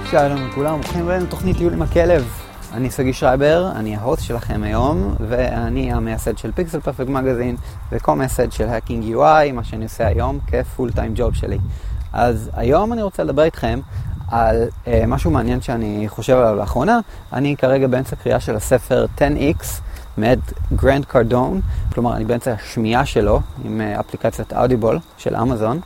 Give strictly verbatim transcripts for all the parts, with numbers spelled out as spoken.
שלום לכולם, ברוכים הבאים לתוכנית טיול עם הכלב. אני סגי שרייבר, אני ההוסט שלכם היום, ואני המייסד של פיקסל פרפקט מגזין, וקו-מייסד של האקינג יו איי, מה שאני עושה היום כפול טיים ג'וב שלי. אז היום אני רוצה לדבר איתכם על uh, משהו מעניין שאני חושב עליו לאחרונה. אני כרגע באמצע קריאה של הספר טן אקס מאת גרנט קרדון, כלומר אני באמצע השמיעה שלו עם uh, אפליקציית אודיבול של אמזון,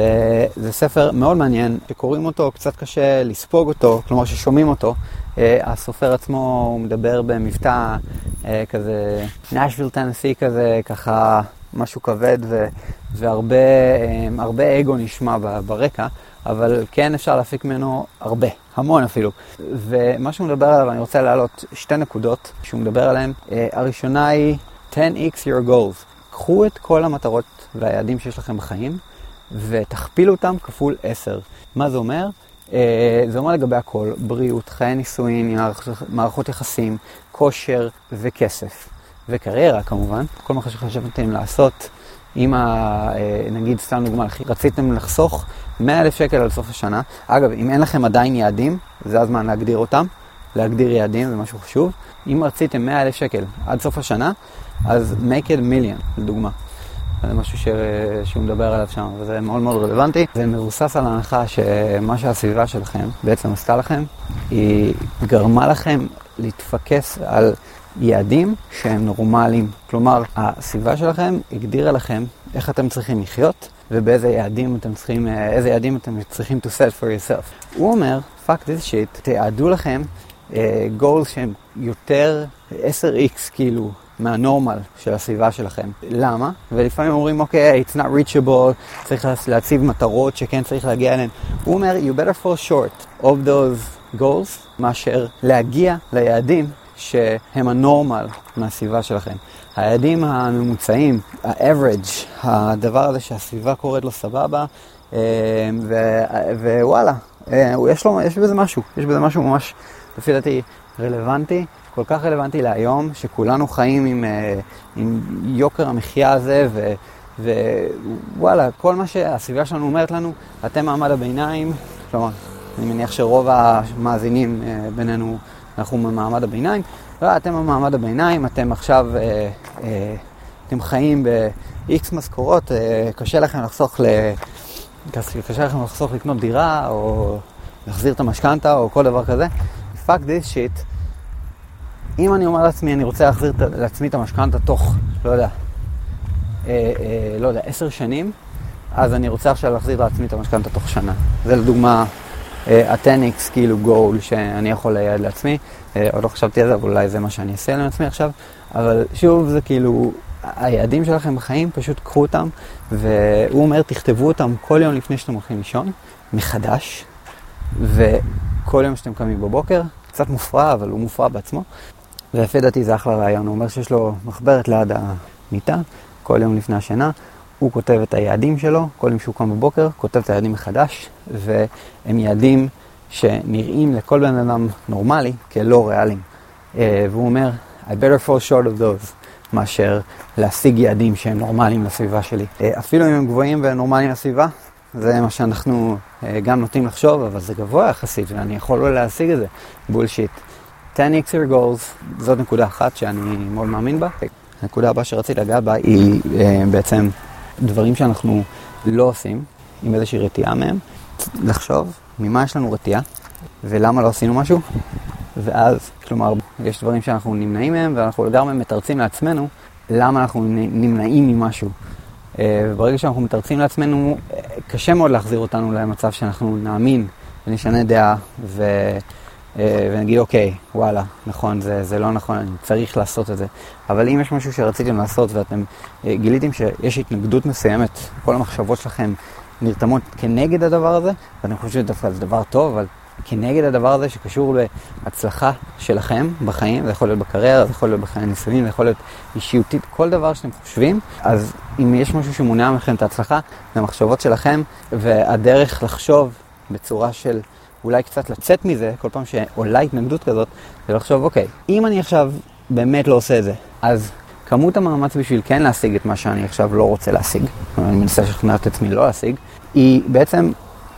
וזה ספר מאוד מעניין, שקוראים אותו, קצת קשה לספוג אותו, כלומר ששומעים אותו. Uh, הסופר עצמו הוא מדבר במבטא uh, כזה נשוויל טנסי כזה, ככה משהו כבד ו- והרבה um, הרבה אגו נשמע ברקע, אבל כן אפשר להפיק ממנו הרבה, המון אפילו. ומה שהוא מדבר עליו, אני רוצה להעלות שתי נקודות שהוא מדבר עליהן. Uh, הראשונה היא טן אקס your goals. קחו את כל המטרות והיעדים שיש לכם בחיים ותכפילו אותם כפול עשר. מה זה אומר? Uh, זה אומר לגבי הכל, בריאות, חיי נישואין, מערכות יחסים, כושר וכסף. וקריירה כמובן, כל מה שחשבתם לעשות. אם ה, נגיד סתם דוגמה, רציתם לחסוך מאה אלף שקל על סוף השנה. אגב, אם אין לכם עדיין יעדים, זה הזמן להגדיר אותם. להגדיר יעדים זה משהו חשוב. אם רציתם מאה אלף שקל עד סוף השנה, אז make it a million, לדוגמה. זה משהו ש... שהוא מדבר עליו שם, וזה מאוד מאוד רלוונטי. זה מבוסס על ההנחה שמה שהסביבה שלכם בעצם עשתה לכם, היא גרמה לכם להתפקס על יעדים שהם נורמליים. כלומר, הסביבה שלכם הגדירה לכם איך אתם צריכים לחיות, ובאיזה יעדים אתם צריכים, איזה יעדים אתם צריכים to set for yourself. הוא אומר, fuck this shit, תיעדו לכם uh, goals שהם יותר עשר אקס כאילו מהנורמל של הסביבה שלכם. למה? ולפעמים אומרים, אוקיי, it's not reachable, צריך להציב מטרות שכן צריך להגיע אליהן. הוא אומר, you better fall short of those goals, מאשר להגיע ליעדים שהם הנורמל מהסביבה שלכם. היעדים הממוצעים, ה-average, הדבר הזה שהסביבה קוראת לו סבבה, ווואלה, יש לו, יש בזה משהו, יש בזה משהו ממש, לפי דעתי, רלוונטי, כל כך רלוונטי להיום, שכולנו חיים עם, עם יוקר המחיה הזה, ו, ווואלה, כל מה שהסביבה שלנו אומרת לנו, אתם מעמד הביניים, כלומר, אני מניח שרוב המאזינים בינינו, אנחנו במעמד הביניים. לא, אתם במעמד הביניים, אתם עכשיו, אה, אה, אתם חיים ב-X משכורות, אה, קשה לכם לחסוך, ל... קשה לכם לחסוך לקנות דירה, או להחזיר את המשכנתה, או כל דבר כזה. fuck this shit. אם אני אומר לעצמי, אני רוצה להחזיר לעצמי את המשכנתה תוך, לא יודע, אה, אה, לא יודע, עשר שנים, אז אני רוצה עכשיו להחזיר לעצמי את המשכנתה תוך שנה. זה לדוגמה, ה-טן אקס כאילו גול שאני יכול לייעד לעצמי. עוד לא חשבתי על זה, אבל אולי זה מה שאני אעשה לעצמי עכשיו. אבל שוב, זה כאילו, היעדים שלכם בחיים, פשוט קחו אותם, והוא אומר, תכתבו אותם כל יום לפני שאתם הולכים לישון, מחדש, וכל יום שאתם קמים בבוקר, קצת מופרע, אבל הוא מופרע בעצמו. ולפי דעתי זה אחלה רעיון. הוא אומר שיש לו מחברת ליד המיטה, כל יום לפני השינה, הוא כותב את היעדים שלו, כל יום שהוא קם בבוקר, כותב את היעדים מחדש, והם יעדים שנראים לכל בן אדם נורמלי כלא ריאליים. והוא אומר, I better fall short of those, מאשר להשיג יעדים שהם נורמליים לסביבה שלי. אפילו אם הם גבוהים ונורמליים לסביבה, זה מה שאנחנו גם נוטים לחשוב, אבל זה גבוה יחסית, ואני יכול לא להשיג את זה. בולשיט. טן אקס your goals, זאת נקודה אחת שאני מאוד מאמין בה. הנקודה הבאה שרציתי לגעת בה היא בעצם דברים שאנחנו לא עושים, עם איזושהי רתיעה מהם, לחשוב ממה יש לנו רתיעה, ולמה לא עשינו משהו, ואז, כלומר, יש דברים שאנחנו נמנעים מהם, ואנחנו לגמרי מתרצים לעצמנו, למה אנחנו נמנעים ממשהו. וברגע שאנחנו מתרצים לעצמנו, קשה מאוד להחזיר אותנו למצב שאנחנו נאמין, ונשנה דעה, ו... ונגיד, אוקיי, וואלה, נכון, זה, זה לא נכון, אני צריך לעשות את זה. אבל אם יש משהו שרציתם לעשות ואתם גיליתם שיש התנגדות מסוימת, כל המחשבות שלכם נרתמות כנגד הדבר הזה, ואני חושב שדווקא זה דבר טוב, אבל כנגד הדבר הזה שקשור להצלחה שלכם בחיים, זה יכול להיות בקריירה, זה יכול להיות בחיי נישואים, זה יכול להיות אישיותית, כל דבר שאתם חושבים, אז אם יש משהו שמונע מכם את ההצלחה, זה המחשבות שלכם, והדרך לחשוב בצורה של אולי קצת לצאת מזה, כל פעם שעולה התנגדות כזאת, זה לחשוב, אוקיי, אם אני עכשיו באמת לא עושה את זה, אז כמות המאמץ בשביל כן להשיג את מה שאני עכשיו לא רוצה להשיג, אני מנסה לשכנע את עצמי לא להשיג, היא בעצם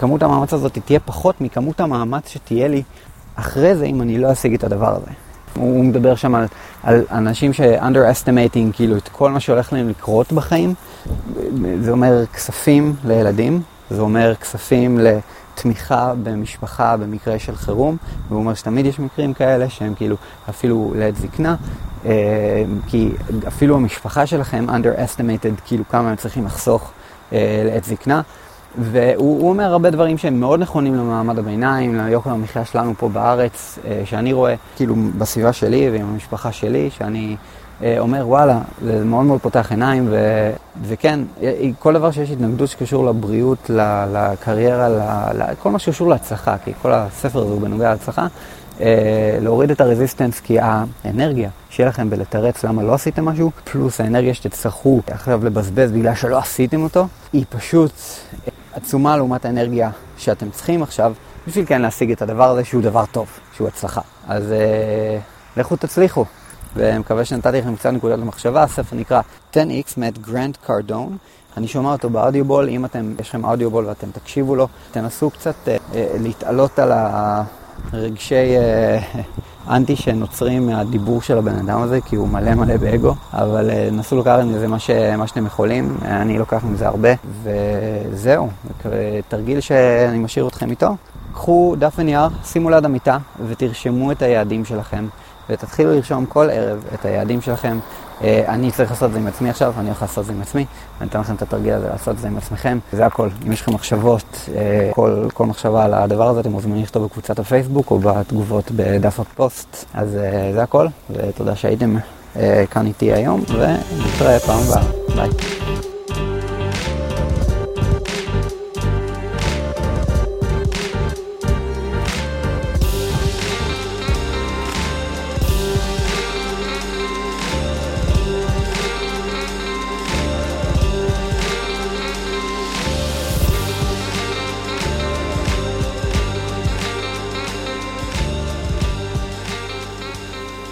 כמות המאמץ הזאת תהיה פחות מכמות המאמץ שתהיה לי אחרי זה אם אני לא אשיג את הדבר הזה. הוא מדבר שם על, על אנשים ש-underestimating כאילו את כל מה שהולך להם לקרות בחיים. זה אומר כספים לילדים, זה אומר כספים לתמיכה במשפחה במקרה של חירום, והוא אומר שתמיד יש מקרים כאלה שהם כאילו אפילו לעת זקנה, כי אפילו המשפחה שלכם underestimated כאילו כמה הם צריכים לחסוך לעת זקנה. והוא אומר הרבה דברים שהם מאוד נכונים למעמד הביניים, ליוקר המחיה שלנו פה בארץ, שאני רואה כאילו בסביבה שלי ועם המשפחה שלי, שאני אומר וואלה, זה מאוד מאוד פותח עיניים, ו... וכן, כל דבר שיש התנגדות שקשור לבריאות, לקריירה, כל מה שקשור להצלחה, כי כל הספר הזה הוא בנוגע להצלחה, להוריד את הרזיסטנס, כי האנרגיה שיהיה לכם בלתרץ למה לא עשיתם משהו, פלוס האנרגיה שתצטרכו עכשיו לבזבז בגלל שלא עשיתם אותו, היא פשוט עצומה לעומת האנרגיה שאתם צריכים עכשיו, בשביל כן להשיג את הדבר הזה שהוא דבר טוב, שהוא הצלחה. אז אה, לכו תצליחו, ומקווה שנתתי לכם קצת נקודת למחשבה. הספר נקרא ten x מאת גרנט קרדון. אני שומע אותו באודיובול, אם אתם, יש לכם אודיובול ואתם תקשיבו לו, תנסו קצת אה, אה, להתעלות על הרגשי אה, אנטי שנוצרים מהדיבור של הבן אדם הזה, כי הוא מלא מלא באגו, אבל אה, נסו לקחת מזה מה, ש, מה שאתם יכולים, אני לוקח מזה הרבה, וזהו, תרגיל שאני משאיר אתכם איתו. קחו דף ונייר, שימו ליד המיטה ותרשמו את היעדים שלכם, ותתחילו לרשום כל ערב את היעדים שלכם. אני צריך לעשות את זה עם עצמי עכשיו, אני הולך לעשות את זה עם עצמי, ואני אתן לכם את התרגיל הזה לעשות את זה עם עצמכם. זה הכל. אם יש לכם מחשבות, כל, כל מחשבה על הדבר הזה, אתם מוזמנים לכתוב בקבוצת הפייסבוק או בתגובות בדף הפוסט. אז זה הכל, ותודה שהייתם כאן איתי היום, ונתראה פעם הבאה. ביי.